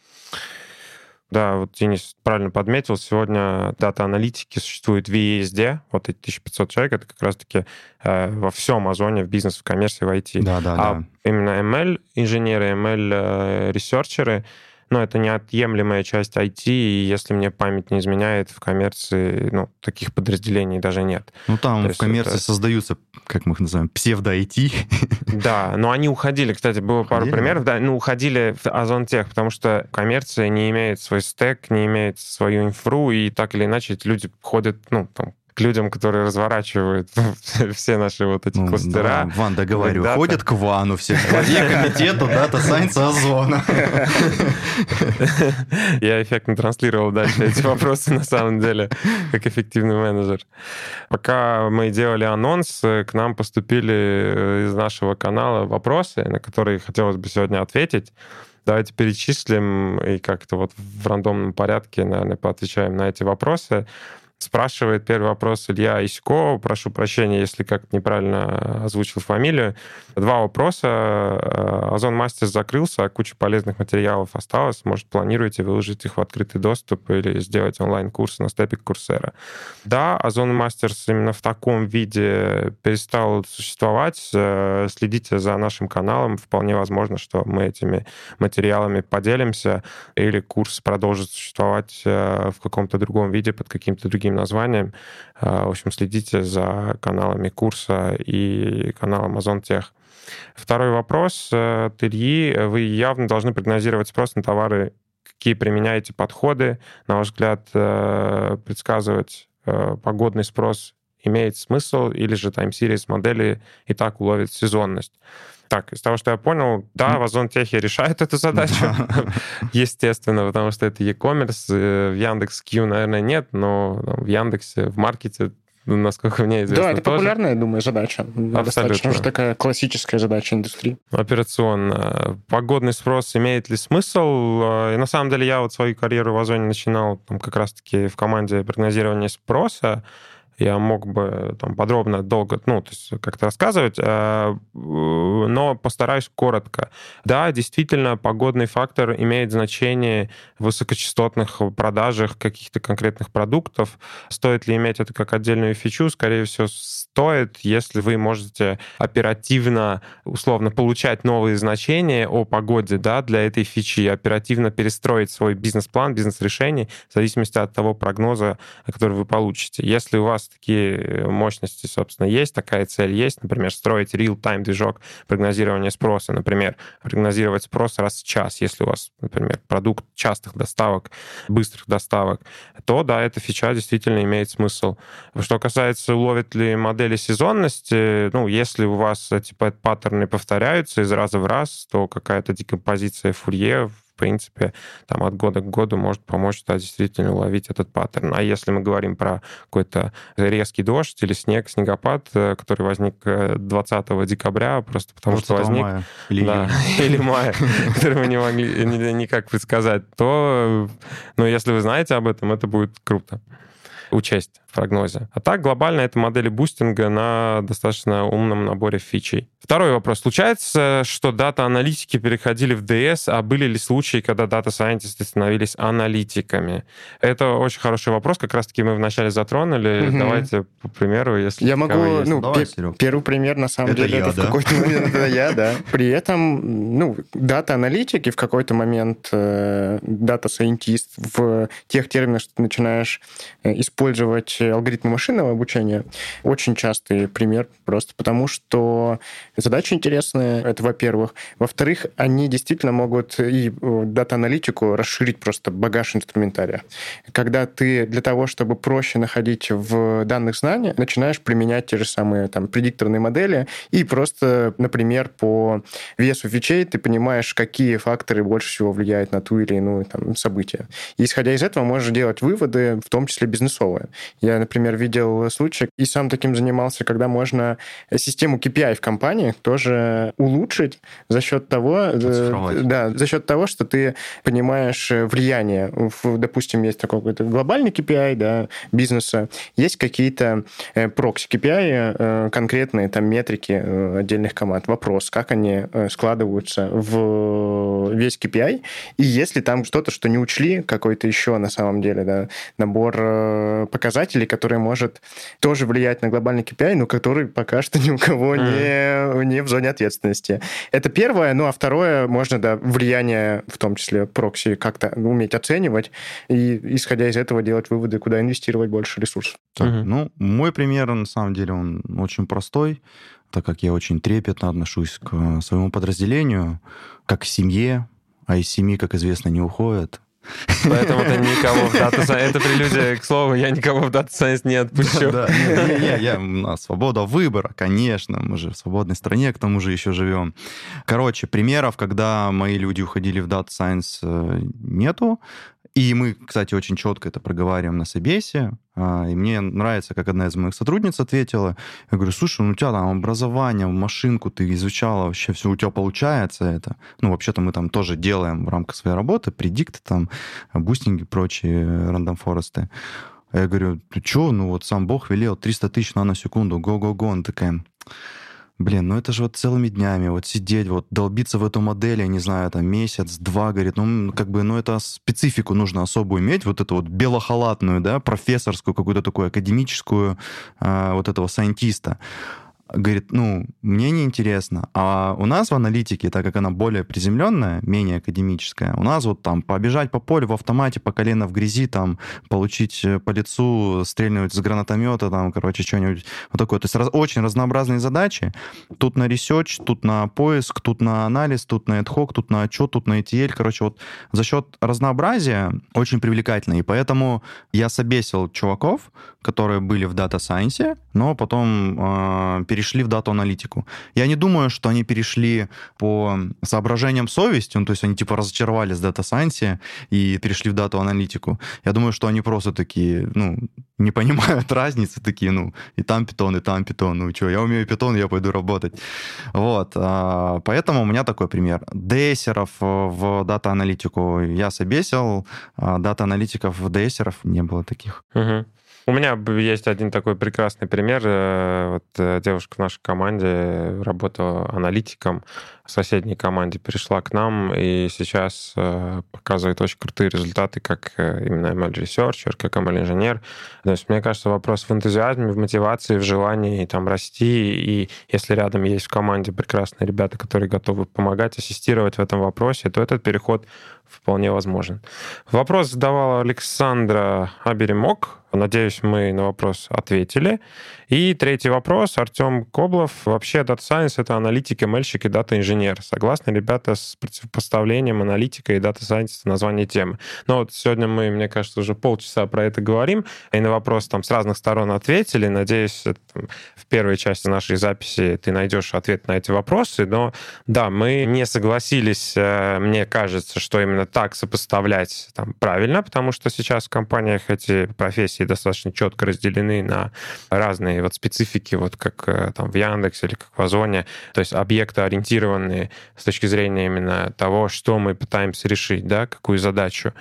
Да, вот Денис правильно подметил, сегодня дата-аналитики существуют везде, вот эти 1500 человек, это как раз-таки во всем Озоне, в бизнесе, в коммерции, в IT. Да. Именно ML-инженеры, ML-ресерчеры, но это неотъемлемая часть IT, и если мне память не изменяет, в коммерции таких подразделений даже нет. Там в коммерции создаются, как мы их называем, псевдо-IT. Да, но они уходили. Кстати, было пару примеров. Да, уходили в Озон-Тех, потому что коммерция не имеет свой стек, не имеет свою инфру, и так или иначе эти люди ходят, к людям, которые разворачивают все наши вот эти кластера. Да, Ван, договариваю, ходят к Вану все, к главе комитету Data Science Озона. Я эффектно транслировал дальше эти вопросы, на самом деле, как эффективный менеджер. Пока мы делали анонс, к нам поступили из нашего канала вопросы, на которые хотелось бы сегодня ответить. Давайте перечислим и как-то вот в рандомном порядке, наверное, поотвечаем на эти вопросы. Спрашивает первый вопрос Илья Исько. Прошу прощения, если как-то неправильно озвучил фамилию. 2 вопроса. Озон Мастерс закрылся, а куча полезных материалов осталось. Может, планируете выложить их в открытый доступ или сделать онлайн-курсы на степе Курсера? Да, Озон Мастерс именно в таком виде перестал существовать. Следите за нашим каналом. Вполне возможно, что мы этими материалами поделимся, или курс продолжит существовать в каком-то другом виде, под каким-то другим названием. В общем, следите за каналами курса и каналом Озон-Тех. Второй вопрос от Ильи. Вы явно должны прогнозировать спрос на товары. Какие применяете подходы? На ваш взгляд, предсказывать погодный спрос имеет смысл, или же тайм-сирис модели и так уловит сезонность? Так, из того, что я понял, да, в Озон-Техе решает эту задачу, естественно, потому что это e-commerce. В Яндекс.Кью, наверное, нет, но в Яндексе, в маркете, насколько мне известно, да, это тоже популярная, я думаю, задача. Достаточно уже такая классическая задача индустрии. Операционно. Погодный спрос имеет ли смысл? И на самом деле я вот свою карьеру в Озоне начинал как раз-таки в команде прогнозирования спроса. Я мог бы подробно, долго, то есть как-то рассказывать, но постараюсь коротко. Да, действительно, погодный фактор имеет значение в высокочастотных продажах каких-то конкретных продуктов. Стоит ли иметь это как отдельную фичу? Скорее всего, стоит, если вы можете оперативно, условно, получать новые значения о погоде, да, для этой фичи, оперативно перестроить свой бизнес-план, бизнес-решение в зависимости от того прогноза, который вы получите. Если у вас такие мощности, собственно, есть, такая цель есть, например, строить real-time движок прогнозирования спроса, например, прогнозировать спрос раз в час, если у вас, например, продукт частых доставок, быстрых доставок, то, да, эта фича действительно имеет смысл. Что касается, ловит ли модели сезонности, если у вас эти паттерны повторяются из раза в раз, то какая-то декомпозиция Фурье, в принципе, от года к году может помочь, да, действительно уловить этот паттерн. А если мы говорим про какой-то резкий дождь или снегопад, который возник 20 декабря, просто потому что возник... Мая. Или мая, который мы не могли никак предсказать, то, если вы знаете об этом, это будет круто учесть в прогнозе. А так, глобально это модели бустинга на достаточно умном наборе фичей. Второй вопрос. Случается, что дата-аналитики переходили в DS, а были ли случаи, когда дата-сайентисты становились аналитиками? Это очень хороший вопрос. Как раз-таки мы вначале затронули. Давайте по примеру, если... Я могу... Первый пример, на самом деле, это в какой-то момент это я, да. При этом, дата-аналитики в какой-то момент, дата-сайентист в тех терминах, что ты начинаешь использовать алгоритмы машинного обучения, очень частый пример, просто потому что задачи интересные, это во-первых. Во-вторых, они действительно могут и дата-аналитику расширить просто багаж инструментария. Когда ты для того, чтобы проще находить в данных знания, начинаешь применять те же самые предикторные модели, и просто, например, по весу фичей ты понимаешь, какие факторы больше всего влияют на ту или иную событие. И исходя из этого можешь делать выводы, в том числе бизнесовые. Я, например, видел случай, и сам таким занимался, когда можно систему KPI в компании тоже улучшить за счет того, что ты понимаешь влияние. Допустим, есть такой какой-то глобальный KPI, да, бизнеса, есть какие-то прокси KPI, конкретные метрики отдельных команд. Вопрос, как они складываются в весь KPI, и если там что-то, что не учли, какой-то еще на самом деле, да, набор показателей, который может тоже влиять на глобальный KPI, но который пока что ни у кого не в зоне ответственности. Это первое. Ну, а второе, можно, да, влияние, в том числе прокси, как-то уметь оценивать и, исходя из этого, делать выводы, куда инвестировать больше ресурсов. Так, ну, мой пример, на самом деле, он очень простой, так как я очень трепетно отношусь к своему подразделению, как к семье, а из семьи, как известно, не уходят. Поэтому ты никого в Data Science... Это прелюдия, к слову, я никого в Data Science не отпущу. Да, у нас свобода выбора, конечно, мы же в свободной стране, к тому же еще живем. Короче, примеров, когда мои люди уходили в Data Science, нету. И мы, кстати, очень четко это проговариваем на собесе. И мне нравится, как одна из моих сотрудниц ответила. Я говорю, слушай, ну у тебя там образование, машинку ты изучала, вообще все у тебя получается это. Ну, вообще-то мы там тоже делаем в рамках своей работы, предикты, там, бустинги, прочие, рандом-форесты. Я говорю, ты что, ну вот сам Бог велел 300 тысяч наносекунду, го-го-го. Она такая... Блин, ну это же вот целыми днями вот сидеть, вот долбиться в эту модель, я не знаю, там месяц-два, говорит, ну как бы, ну это специфику нужно особую иметь, вот эту вот белохалатную, да, профессорскую какую-то такую академическую вот этого сайентиста. Говорит, ну, мне неинтересно. А у нас в аналитике, так как она более приземленная, менее академическая, у нас вот там побежать по полю в автомате, по колено в грязи, там, получить по лицу, стрельнуть с гранатомета, там, короче, что-нибудь вот такое. То есть очень разнообразные задачи. Тут на ресерч, тут на поиск, тут на анализ, тут на ad-hoc, тут на отчет, тут на ETL. Короче, вот за счет разнообразия очень привлекательно. И поэтому я собесил чуваков, которые были в Data Science, но потом перешли в дату-аналитику. Я не думаю, что они перешли по соображениям совести, ну, то есть они типа разочаровались в Data Science и перешли в дату-аналитику. Я думаю, что они просто такие, ну, не понимают разницы, такие, ну, и там питон, ну, что, я умею питон, я пойду работать. Вот, поэтому у меня такой пример. ДСеров в дата-аналитику я собесил, дата-аналитиков в ДСеров не было таких. Угу. У меня есть один такой прекрасный пример. Вот девушка в нашей команде работала аналитиком, в соседней команде перешла к нам и сейчас показывает очень крутые результаты, как именно ML-ресерчер, как ML-инженер. То есть, мне кажется, вопрос в энтузиазме, в мотивации, в желании там расти. И если рядом есть в команде прекрасные ребята, которые готовы помогать, ассистировать в этом вопросе, то этот переход вполне возможен. Вопрос задавала Александра Аберемок. Надеюсь, мы на вопрос ответили. И третий вопрос. Артем Коблов. Вообще, Data Science — это аналитик, ML-щик и дата-инженер. Согласны, ребята, с противопоставлением аналитика и Data Science — название темы? Но вот сегодня мы, мне кажется, уже полчаса про это говорим, и на вопрос там с разных сторон ответили. Надеюсь, в первой части нашей записи ты найдешь ответ на эти вопросы. Но да, мы не согласились, мне кажется, что именно так сопоставлять там правильно, потому что сейчас в компаниях эти профессии достаточно четко разделены на разные вот специфики, вот как там в Яндексе или как в Озоне, то есть объектоориентированные с точки зрения именно того, что мы пытаемся решить, да, какую задачу.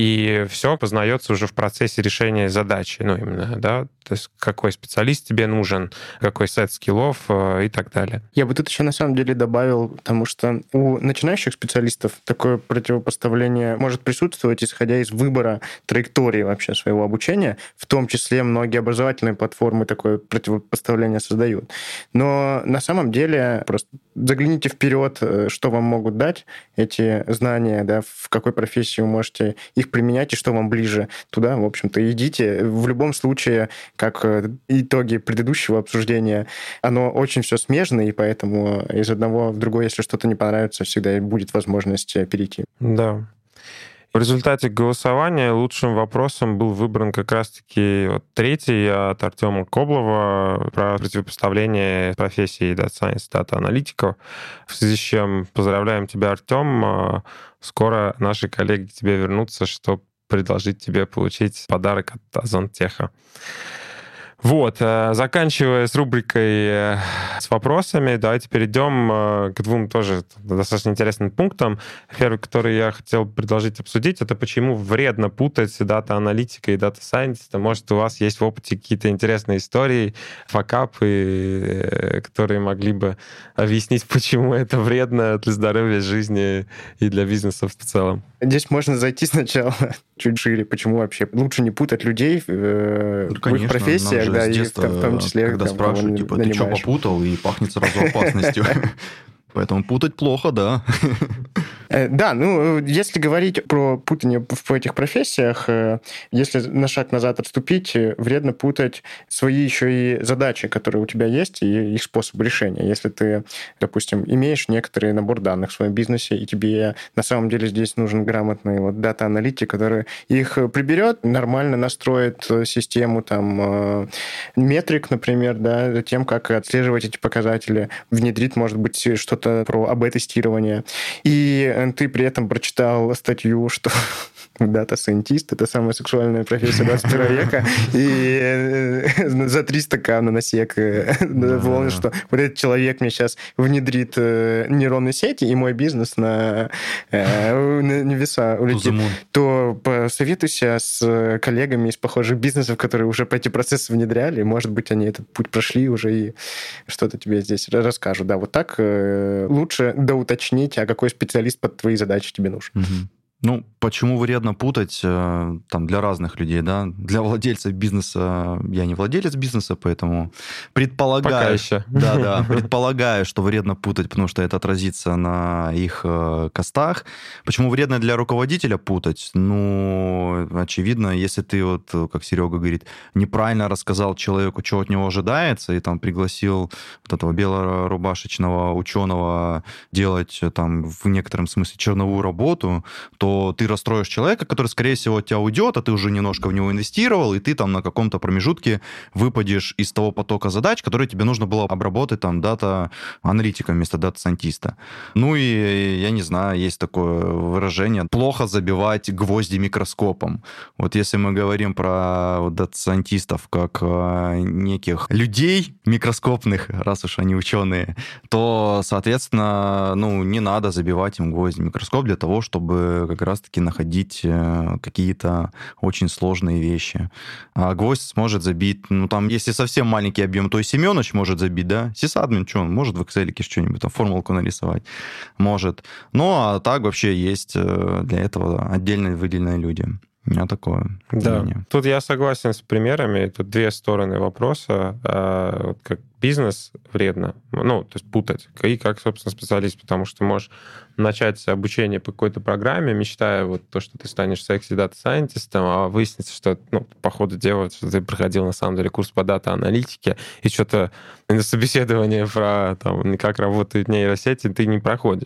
И все познается уже в процессе решения задачи, ну именно, да, то есть какой специалист тебе нужен, какой сет скиллов и так далее. Я бы тут еще на самом деле добавил, потому что у начинающих специалистов такое противопоставление может присутствовать, исходя из выбора траектории вообще своего обучения, в том числе многие образовательные платформы такое противопоставление создают. Но на самом деле просто загляните вперед, что вам могут дать эти знания, да, в какой профессии вы можете их применять и что вам ближе. Туда, в общем-то, идите. В любом случае, как итоги предыдущего обсуждения, оно очень все смежно, и поэтому из одного в другое, если что-то не понравится, всегда будет возможность перейти. Да. В результате голосования лучшим вопросом был выбран как раз-таки вот третий от Артема Коблова про противопоставление профессии Data Science, дата-аналитиков. В связи с чем поздравляем тебя, Артем. Скоро наши коллеги к тебе вернутся, чтобы предложить тебе получить подарок от Озон Теха. Вот, заканчивая с рубрикой с вопросами, давайте перейдем к двум тоже достаточно интересным пунктам. Первый, который я хотел предложить обсудить, это почему вредно путать дата-аналитика и дата-сайентиста. Может, у вас есть в опыте какие-то интересные истории, факапы, которые могли бы объяснить, почему это вредно для здоровья, жизни и для бизнеса в целом? Здесь можно зайти сначала чуть шире. Почему вообще лучше не путать людей в их профессиях, да, и в том числе... Когда спрашивают, типа, ты что попутал, и пахнет сразу опасностью. Поэтому путать плохо, да. Да, ну, если говорить про путание в этих профессиях, если на шаг назад отступить, вредно путать свои еще и задачи, которые у тебя есть, и их способ решения. Если ты, допустим, имеешь некоторый набор данных в своем бизнесе, и тебе на самом деле здесь нужен грамотный дата-аналитик, который их приберет, нормально настроит систему там метрик, например, да, затем, как отслеживать эти показатели, внедрит, может быть, что-то про АБ-тестирование. И ты при этом прочитал статью, что дата-сайентист — это самая сексуальная профессия 21 века, и за 300 на насек волны, что вот этот человек мне сейчас внедрит нейронные сети, и мой бизнес на небеса улетит, то посоветуйся с коллегами из похожих бизнесов, которые уже по эти процессы внедряли, может быть, они этот путь прошли уже и что-то тебе здесь расскажут. Да, вот так лучше доуточнить, а какой специалист под твои задачи тебе нужен. Ну, почему вредно путать там для разных людей, да? Для владельцев бизнеса, я не владелец бизнеса, поэтому предполагаю... Пока еще. Да, предполагаю, что вредно путать, потому что это отразится на их костах. Почему вредно для руководителя путать? Ну, очевидно, если ты, вот, как Серега говорит, неправильно рассказал человеку, что от него ожидается, и там пригласил вот этого белорубашечного ученого делать там в некотором смысле черновую работу, то ты расстроишь человека, который, скорее всего, от тебя уйдет, а ты уже немножко в него инвестировал, и ты там на каком-то промежутке выпадешь из того потока задач, которые тебе нужно было обработать там дата-аналитиком вместо дата-сайентиста. Ну и, я не знаю, есть такое выражение, плохо забивать гвозди микроскопом. Вот если мы говорим про дата-сайентистов как неких людей микроскопных, раз уж они ученые, то, соответственно, ну, не надо забивать им гвозди микроскоп для того, чтобы как раз-таки находить какие-то очень сложные вещи. А гвоздь сможет забить, ну, там, если совсем маленький объем, то и Семенович может забить, да? Сисадмин, что он может в Excel что-нибудь, там, формулку нарисовать? Может. Ну, а так вообще есть для этого отдельно выделенные люди. У меня такое мнение. Тут я согласен с примерами. Тут две стороны вопроса. Как бизнес вредно, ну, то есть путать, и как, собственно, специалист, потому что можешь начать обучение по какой-то программе, мечтая вот то, что ты станешь секси-дата-сайентистом, а выяснится, что, ну, по ходу дела, что ты проходил, на самом деле, курс по дата-аналитике, и что-то на собеседование про, там, как работают нейросети ты не проходишь.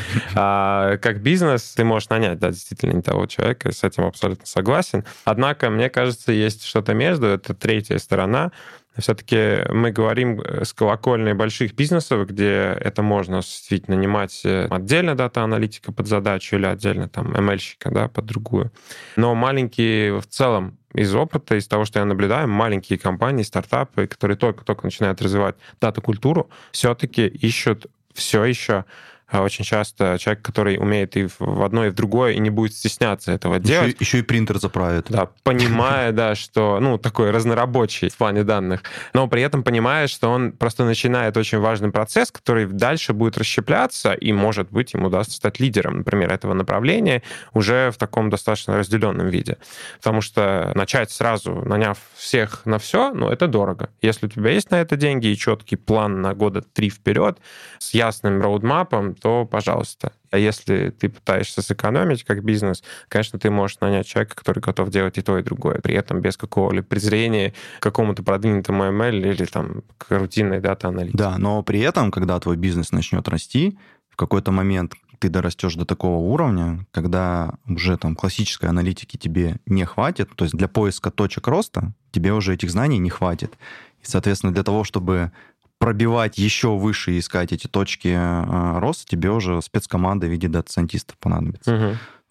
А как бизнес ты можешь нанять, да, действительно, не того человека, с этим абсолютно согласен. Однако, мне кажется, есть что-то между, это третья сторона. Все-таки мы говорим с колокольни больших бизнесов, где это можно осуществить, нанимать отдельно дата-аналитика под задачу или отдельно там ML-щика, да, под другую. Но маленькие в целом, из опыта, из того, что я наблюдаю, маленькие компании, стартапы, которые только-только начинают развивать дата-культуру, все-таки ищут все еще очень часто человек, который умеет и в одно, и в другое, и не будет стесняться этого делать. Еще и принтер заправит. Да, понимая, да, что, ну, такой разнорабочий в плане данных, но при этом понимая, что он просто начинает очень важный процесс, который дальше будет расщепляться, и, может быть, ему удастся стать лидером, например, этого направления уже в таком достаточно разделенном виде. Потому что начать сразу, наняв всех на все, ну, это дорого. Если у тебя есть на это деньги и четкий план на года 3 вперед с ясным роудмапом, то, пожалуйста. А если ты пытаешься сэкономить как бизнес, конечно, ты можешь нанять человека, который готов делать и то, и другое, при этом без какого-либо презрения к какому-то продвинутому ML или там к рутинной дата-аналитике. Да, но при этом, когда твой бизнес начнет расти, в какой-то момент ты дорастешь до такого уровня, когда уже там классической аналитики тебе не хватит, то есть для поиска точек роста тебе уже этих знаний не хватит. И, соответственно, для того, чтобы пробивать еще выше и искать эти точки роста, тебе уже спецкоманда в виде дата-сайентистов понадобится.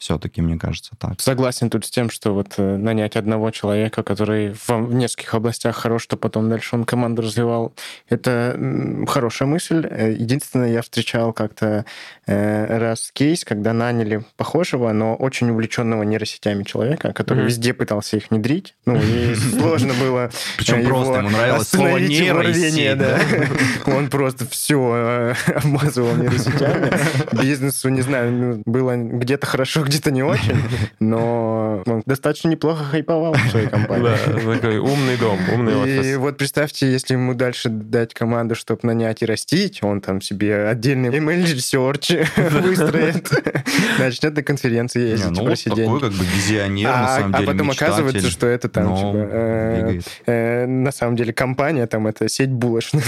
Все-таки, мне кажется, так. Согласен тут с тем, что вот нанять одного человека, который в нескольких областях хорош, что потом дальше он команду развивал, это хорошая мысль. Единственное, я встречал как-то раз кейс, когда наняли похожего, но очень увлеченного нейросетями человека, который везде пытался их внедрить. Ну, и сложно было Причем просто ему нравилось слово нейросеть. Да. Он просто все обмазывал нейросетями. Бизнесу, не знаю, было где-то хорошо, где-то не очень, но он достаточно неплохо хайповал в своей компании. Да, такой умный дом, умный офис. И вот представьте, если ему дальше дать команду, чтобы нанять и растить, он там себе отдельный email research выстроит, начнет на конференции ездить и просидеть. Такой как бы визионер, на самом деле, а потом оказывается, что это там на самом деле компания, там это сеть булочных.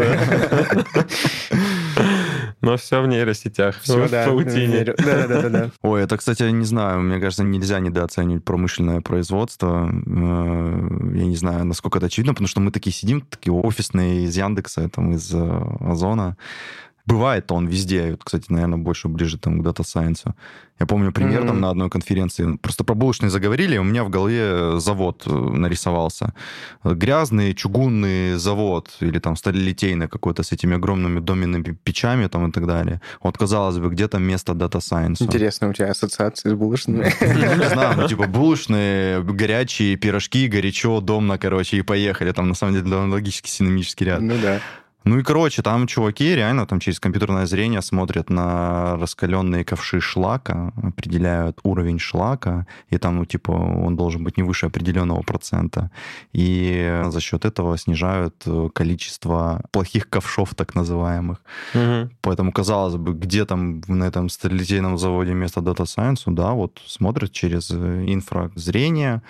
Но все в нейросетях, все, в паутине. Да. Ой, это, кстати, не знаю, мне кажется, нельзя недооценивать промышленное производство. Я не знаю, насколько это очевидно, потому что мы такие сидим, такие офисные из Яндекса, там, из Озона. Бывает он везде, вот, кстати, наверное, больше ближе там, к дата-сайенсу. Я помню пример там на одной конференции. Просто про булочные заговорили, и у меня в голове завод нарисовался. Грязный чугунный завод или там сталелитейный какой-то с этими огромными доменными печами там и так далее. Вот, казалось бы, где там место дата-сайенсу? Интересно, у тебя ассоциации с булочными? Не знаю, ну типа булочные, горячие пирожки, горячо, домно, короче, и поехали. Там на самом деле довольно логический синонимический ряд. Ну да. Ну и, короче, там чуваки реально там через компьютерное зрение смотрят на раскаленные ковши шлака, определяют уровень шлака, и там, ну, типа, он должен быть не выше определенного процента. И за счет этого снижают количество плохих ковшов, так называемых. Поэтому, казалось бы, где там на этом сталелитейном заводе место Data Science, да, вот смотрят через инфразрение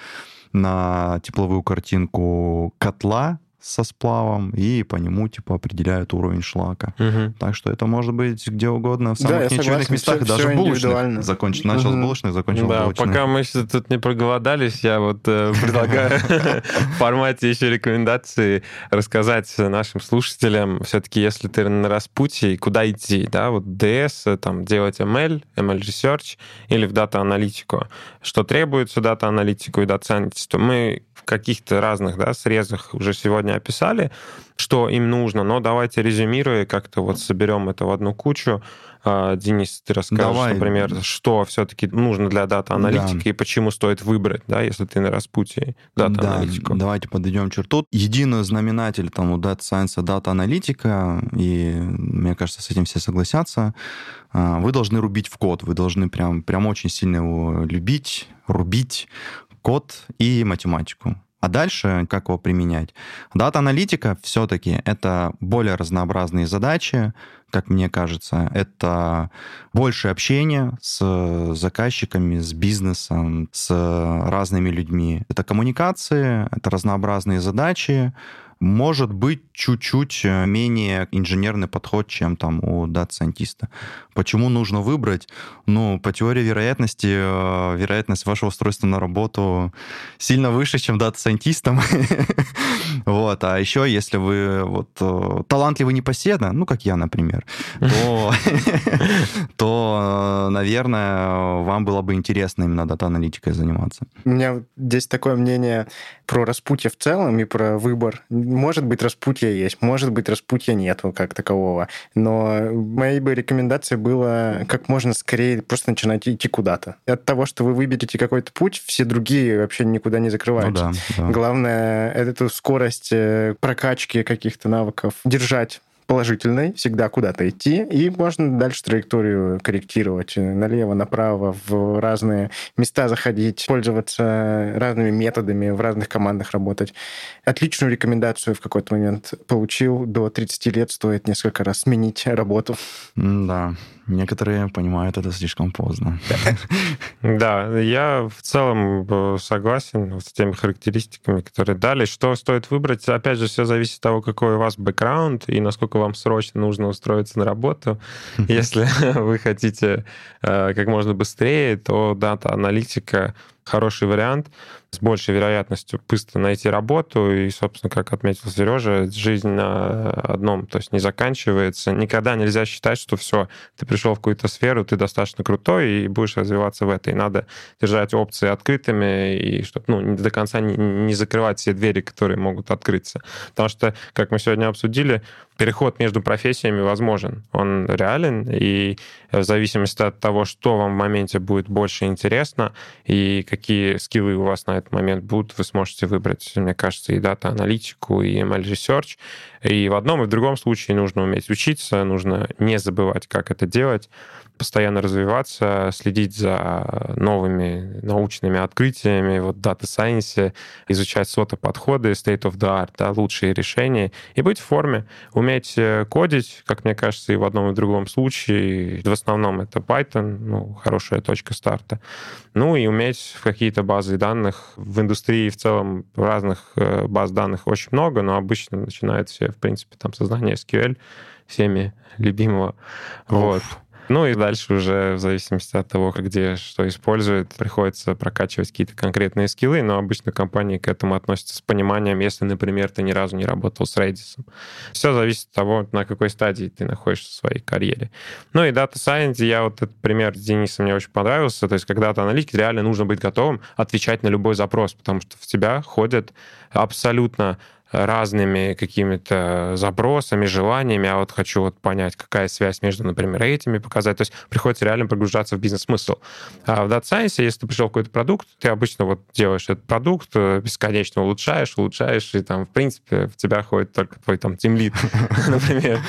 на тепловую картинку котла со сплавом, и по нему, типа, определяют уровень шлака. Так что это может быть где угодно, в самых неочевидных местах, даже булочных. Начал с булочных, закончил булочных. Пока мы тут не проголодались, я вот предлагаю в формате еще рекомендации рассказать нашим слушателям, все-таки, если ты на распутье, куда идти, да, вот DS, там, делать ML Research или в дата-аналитику. Что требуется дата-аналитику и дата-сайентисту? Мы в каких-то разных, да, срезах уже сегодня описали, что им нужно, но давайте резюмируя, как-то вот соберем это в одну кучу. Денис, ты расскажешь, например, что все-таки нужно для дата-аналитики и почему стоит выбрать, да, если ты на распутье дата-аналитику. Да, давайте подведем черту. Единый знаменатель там у Data Science, дата-аналитика, и мне кажется, с этим все согласятся, вы должны рубить в код, вы должны прям очень сильно его любить, рубить код и математику. А дальше как его применять? Дата-аналитика все-таки это более разнообразные задачи, как мне кажется. Это больше общения с заказчиками, с бизнесом, с разными людьми. Это коммуникации, это разнообразные задачи. Может быть, чуть-чуть менее инженерный подход, чем там у дата-сайентиста. Почему нужно выбрать? Ну, по теории вероятности, вероятность вашего устройства на работу сильно выше, чем дата-сайентистам. Вот. А еще, если вы вот талантливый непоседа, ну, как я, например, то, наверное, вам было бы интересно именно дата-аналитикой заниматься. У меня здесь такое мнение про распутье в целом и про выбор. Может быть, распутье есть, может быть, распутья нету как такового. Но моей бы рекомендацией было как можно скорее просто начинать идти куда-то. От того, что вы выберете какой-то путь, все другие вообще никуда не закрываются. Ну, да. Главное, эту скорость прокачки каких-то навыков держать положительной, всегда куда-то идти, и можно дальше траекторию корректировать налево, направо, в разные места заходить, пользоваться разными методами, в разных командах работать. Отличную рекомендацию в какой-то момент получил. До 30 лет стоит несколько раз сменить работу. Да, некоторые понимают это слишком поздно. Да, я в целом согласен с теми характеристиками, которые дали. Что стоит выбрать? Опять же, все зависит от того, какой у вас бэкграунд и насколько вам срочно нужно устроиться на работу. Если вы хотите как можно быстрее, то дата-аналитика хороший вариант, с большей вероятностью быстро найти работу. И, собственно, как отметил Сережа, жизнь на одном, то есть не заканчивается. Никогда нельзя считать, что все, ты пришел в какую-то сферу, ты достаточно крутой и будешь развиваться в этой. Надо держать опции открытыми, и чтобы до конца не закрывать все двери, которые могут открыться. Потому что, как мы сегодня обсудили, переход между профессиями возможен. Он реален, и в зависимости от того, что вам в моменте будет больше интересно и какие скиллы у вас на этот момент будут, вы сможете выбрать, мне кажется, и дата-аналитику, и ML Research. И в одном, и в другом случае нужно уметь учиться, нужно не забывать, как это делать, постоянно развиваться, следить за новыми научными открытиями, Data Science, изучать SOTA-подходы, state of the art, да, лучшие решения, и быть в форме, уметь кодить, как мне кажется, и в одном, и в другом случае. В основном это Python, хорошая точка старта. И уметь в какие-то базы данных. В индустрии в целом разных баз данных очень много, но обычно начинают все, в принципе, со знания SQL, всеми любимого. И дальше уже в зависимости от того, где что используют, приходится прокачивать какие-то конкретные скиллы, но обычно компании к этому относятся с пониманием, если, например, ты ни разу не работал с Redis. Все зависит от того, на какой стадии ты находишься в своей карьере. И Data Science, этот пример с Денисом мне очень понравился, то есть когда дата-аналитик, реально нужно быть готовым отвечать на любой запрос, потому что в тебя ходят абсолютно разными какими-то запросами, желаниями, хочу понять, какая связь между, например, этими показать. То есть приходится реально погружаться в бизнес-смысл. А в Data Science, если ты пришел в какой-то продукт, ты обычно делаешь этот продукт, бесконечно улучшаешь, и в принципе в тебя ходит только твой тимлид, например.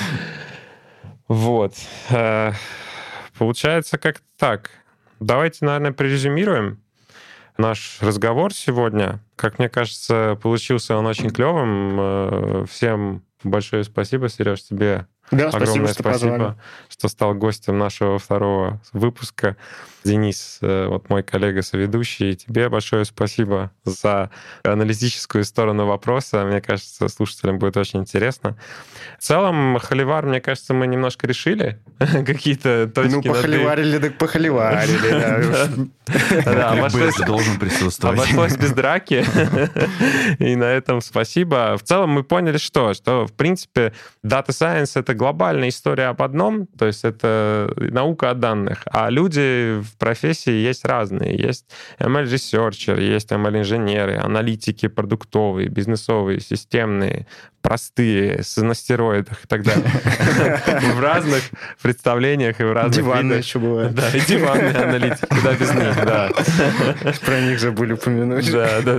Получается как-то так. Давайте, наверное, прорезюмируем наш разговор сегодня. Как мне кажется, получился он очень клевым. Всем большое спасибо, Сереж, тебе. Да, огромное спасибо, что стал гостем нашего второго выпуска. Денис, мой коллега-соведущий, тебе большое спасибо за аналитическую сторону вопроса. Мне кажется, слушателям будет очень интересно. В целом, холивар, мне кажется, мы немножко решили какие-то точки. Похоливарили, так похоливарили. Да, должен присутствовать. Обошлось без драки. И на этом спасибо. В целом мы поняли, что в принципе Data Science — это глобальная история об одном, то есть это наука о данных, а люди в профессии есть разные. Есть ML-ресерчеры, есть ML-инженеры, аналитики продуктовые, бизнесовые, системные, простые, на стероидах и так далее. В разных представлениях и в разных видах. Диванные еще бывают. Да, и диванные аналитики, куда без них, да. Про них забыли упомянуть.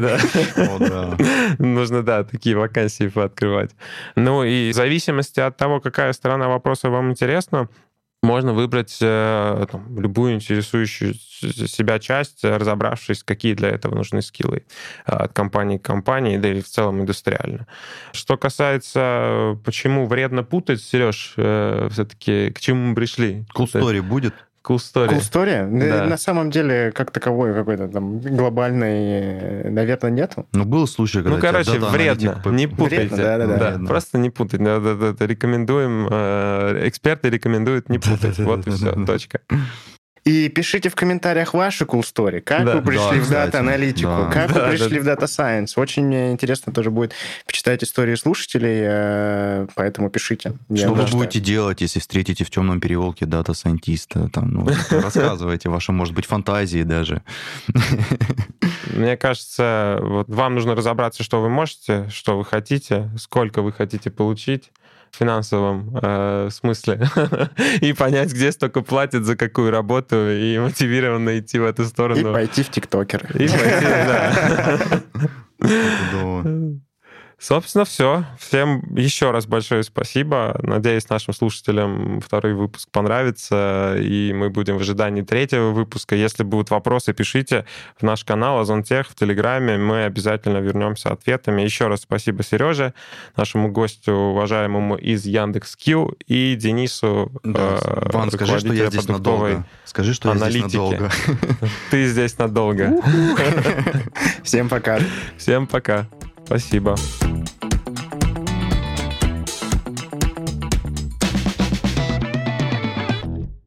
Да. Нужно, такие вакансии пооткрывать. И в зависимости от того, какая сторона вопроса вам интересна, можно выбрать любую интересующую себя часть, разобравшись, какие для этого нужны скиллы от компании к компании, да и в целом индустриально. Что касается, почему вредно путать, Сереж, все-таки к чему мы пришли? Cool Story будет? Cool Story? Да. На самом деле, как таковой какой-то глобальной, наверное, нету. Был случай, когда вредно. Не путайте. Да. Просто не путать. Рекомендуем, эксперты рекомендуют не путать. Вот и все, точка. И пишите в комментариях ваши cool story. Как вы пришли в дата-аналитику? Как вы пришли в Data Science? Очень интересно тоже будет почитать истории слушателей, поэтому пишите. Что вы будете делать, если встретите в темном переулке дата-сайентиста? Рассказывайте ваши, может быть, фантазии даже. Мне кажется, вам нужно разобраться, что вы можете, что вы хотите, сколько вы хотите получить в финансовом смысле, и понять, где столько платят за какую работу, и мотивированно идти в эту сторону. И пойти в тиктокеры. Собственно, все. Всем еще раз большое спасибо. Надеюсь, нашим слушателям второй выпуск понравится, и мы будем в ожидании третьего выпуска. Если будут вопросы, пишите в наш канал Озонтех в Телеграме. Мы обязательно вернемся ответами. Еще раз спасибо Сереже, нашему гостю, уважаемому из Яндекс.Кью, и Денису, Ван, скажи, что я здесь надолго. Скажи, что я здесь надолго. Ты здесь надолго. Всем пока. Всем пока. Спасибо.